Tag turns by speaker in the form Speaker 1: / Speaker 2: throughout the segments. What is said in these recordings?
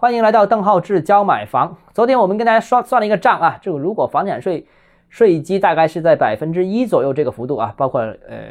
Speaker 1: 欢迎来到邓浩志教买房。昨天我们跟大家算了一个账啊，这个如果房产税税基大概是在1%左右这个幅度啊，包括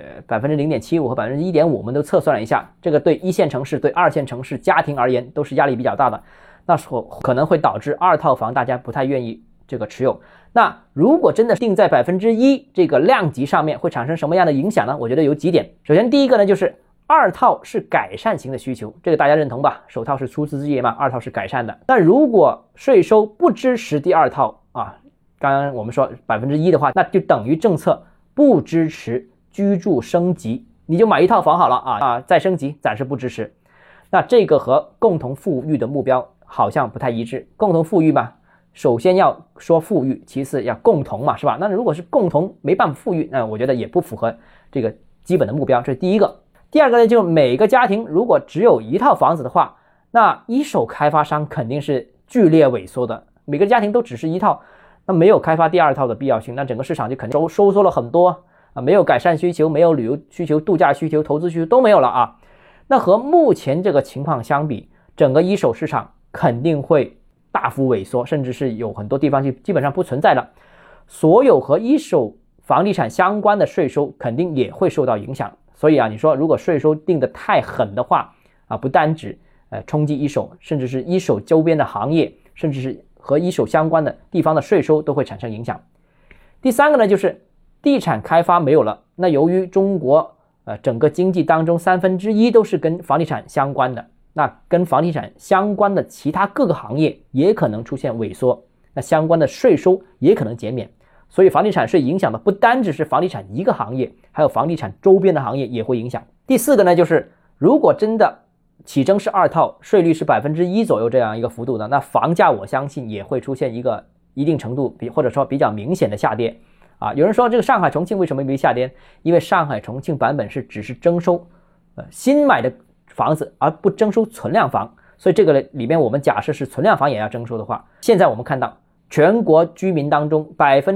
Speaker 1: 0.75%和1.5%，我们都测算了一下，这个对一线城市、对二线城市家庭而言都是压力比较大的，那可能会导致二套房大家不太愿意这个持有。那如果真的定在1%这个量级上面，会产生什么样的影响呢？我觉得有几点。首先第一个呢，就是二套是改善型的需求，这个大家认同吧？首套是初次置业嘛，二套是改善的。但如果税收不支持第二套啊，刚刚我们说1%的话，那就等于政策不支持居住升级，你就买一套房好了啊，再升级暂时不支持。那这个和共同富裕的目标好像不太一致。共同富裕嘛，首先要说富裕，其次要共同嘛，是吧？那如果是共同没办法富裕，那我觉得也不符合这个基本的目标，这是第一个。第二个呢，就是每个家庭如果只有一套房子的话，那一手开发商肯定是剧烈萎缩的。每个家庭都只是一套，那没有开发第二套的必要性，那整个市场就肯定收缩了很多啊，没有改善需求，没有旅游需求、度假需求、投资需求都没有了啊。那和目前这个情况相比，整个一手市场肯定会大幅萎缩，甚至是有很多地方就基本上不存在了。所有和一手房地产相关的税收肯定也会受到影响。所以啊，你说如果税收定得太狠的话啊，不单指冲击一手，甚至是一手周边的行业，甚至是和一手相关的地方的税收都会产生影响。第三个呢，就是地产开发没有了，那由于中国整个经济当中1/3都是跟房地产相关的，那跟房地产相关的其他各个行业也可能出现萎缩，那相关的税收也可能减免。所以房地产税影响的不单只是房地产一个行业，还有房地产周边的行业也会影响。第四个呢，就是如果真的起征是二套，税率是1%左右这样一个幅度的，那房价我相信也会出现一个一定程度或者说比较明显的下跌啊。有人说这个上海重庆为什么没下跌？因为上海重庆版本只是征收新买的房子，而不征收存量房，所以这个里面我们假设是存量房也要征收的话，现在我们看到全国居民当中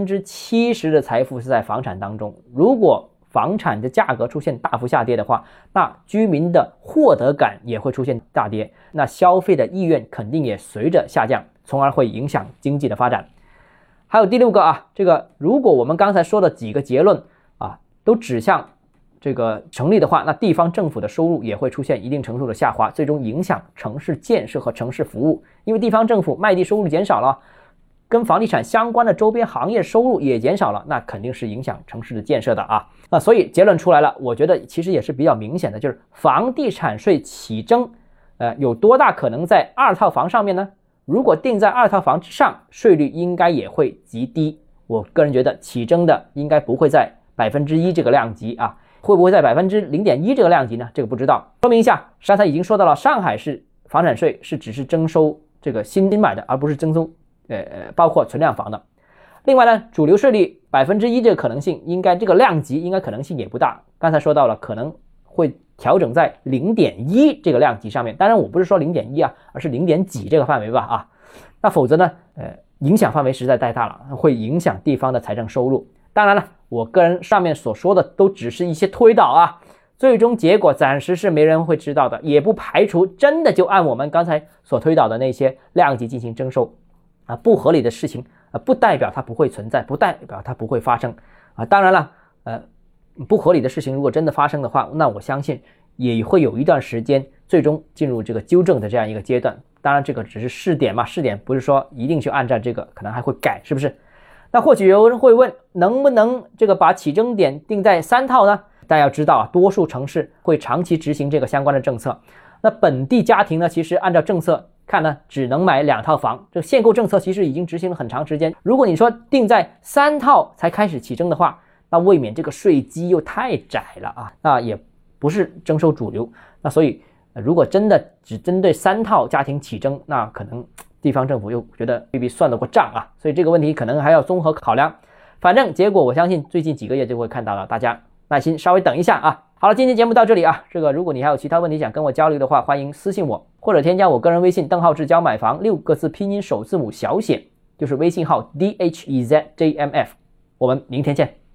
Speaker 1: 70%的财富是在房产当中，如果房产的价格出现大幅下跌的话，那居民的获得感也会出现大跌，那消费的意愿肯定也随着下降，从而会影响经济的发展。还有第六个啊，这个如果我们刚才说的几个结论啊都指向这个成立的话，那地方政府的收入也会出现一定程度的下滑，最终影响城市建设和城市服务，因为地方政府卖地收入减少了，跟房地产相关的周边行业收入也减少了，那肯定是影响城市的建设的啊。那所以结论出来了，我觉得其实也是比较明显的，就是房地产税起征有多大可能在二套房上面呢？如果定在二套房之上，税率应该也会极低。我个人觉得起征的应该不会在1%这个量级啊，会不会在0.1%这个量级呢？这个不知道。说明一下，刚才已经说到了，上海市房产税是只是征收这个新买的，而不是征收包括存量房的。另外呢，主流税率1%这个可能性，应该这个量级应该可能性也不大。刚才说到了，可能会调整在0.1这个量级上面。当然我不是说0.1啊，而是0.几这个范围吧啊。那否则呢，影响范围实在太大了，会影响地方的财政收入。当然了，我个人上面所说的都只是一些推导啊，最终结果暂时是没人会知道的，也不排除真的就按我们刚才所推导的那些量级进行征收啊。不合理的事情不代表它不会存在，不代表它不会发生啊。当然了，不合理的事情如果真的发生的话，那我相信也会有一段时间最终进入这个纠正的这样一个阶段。当然这个只是试点嘛，试点不是说一定去按照这个，可能还会改，是不是？那或许有人会问，能不能这个把起征点定在3套呢？大家要知道啊，多数城市会长期执行这个相关的政策。那本地家庭呢，其实按照政策看呢，只能买2套房。这个限购政策其实已经执行了很长时间。如果你说定在3套才开始起征的话，那未免这个税基又太窄了啊，那也不是征收主流。那所以如果真的只针对3套家庭起征，那可能地方政府又觉得未必算得过账啊。所以这个问题可能还要综合考量。反正结果我相信最近几个月就会看到了，大家耐心稍微等一下啊。好了，今天节目到这里啊。如果你还有其他问题想跟我交流的话，欢迎私信我，或者添加我个人微信邓浩志教买房，6个字拼音首字母小写，就是微信号DHEZJMF。我们明天见。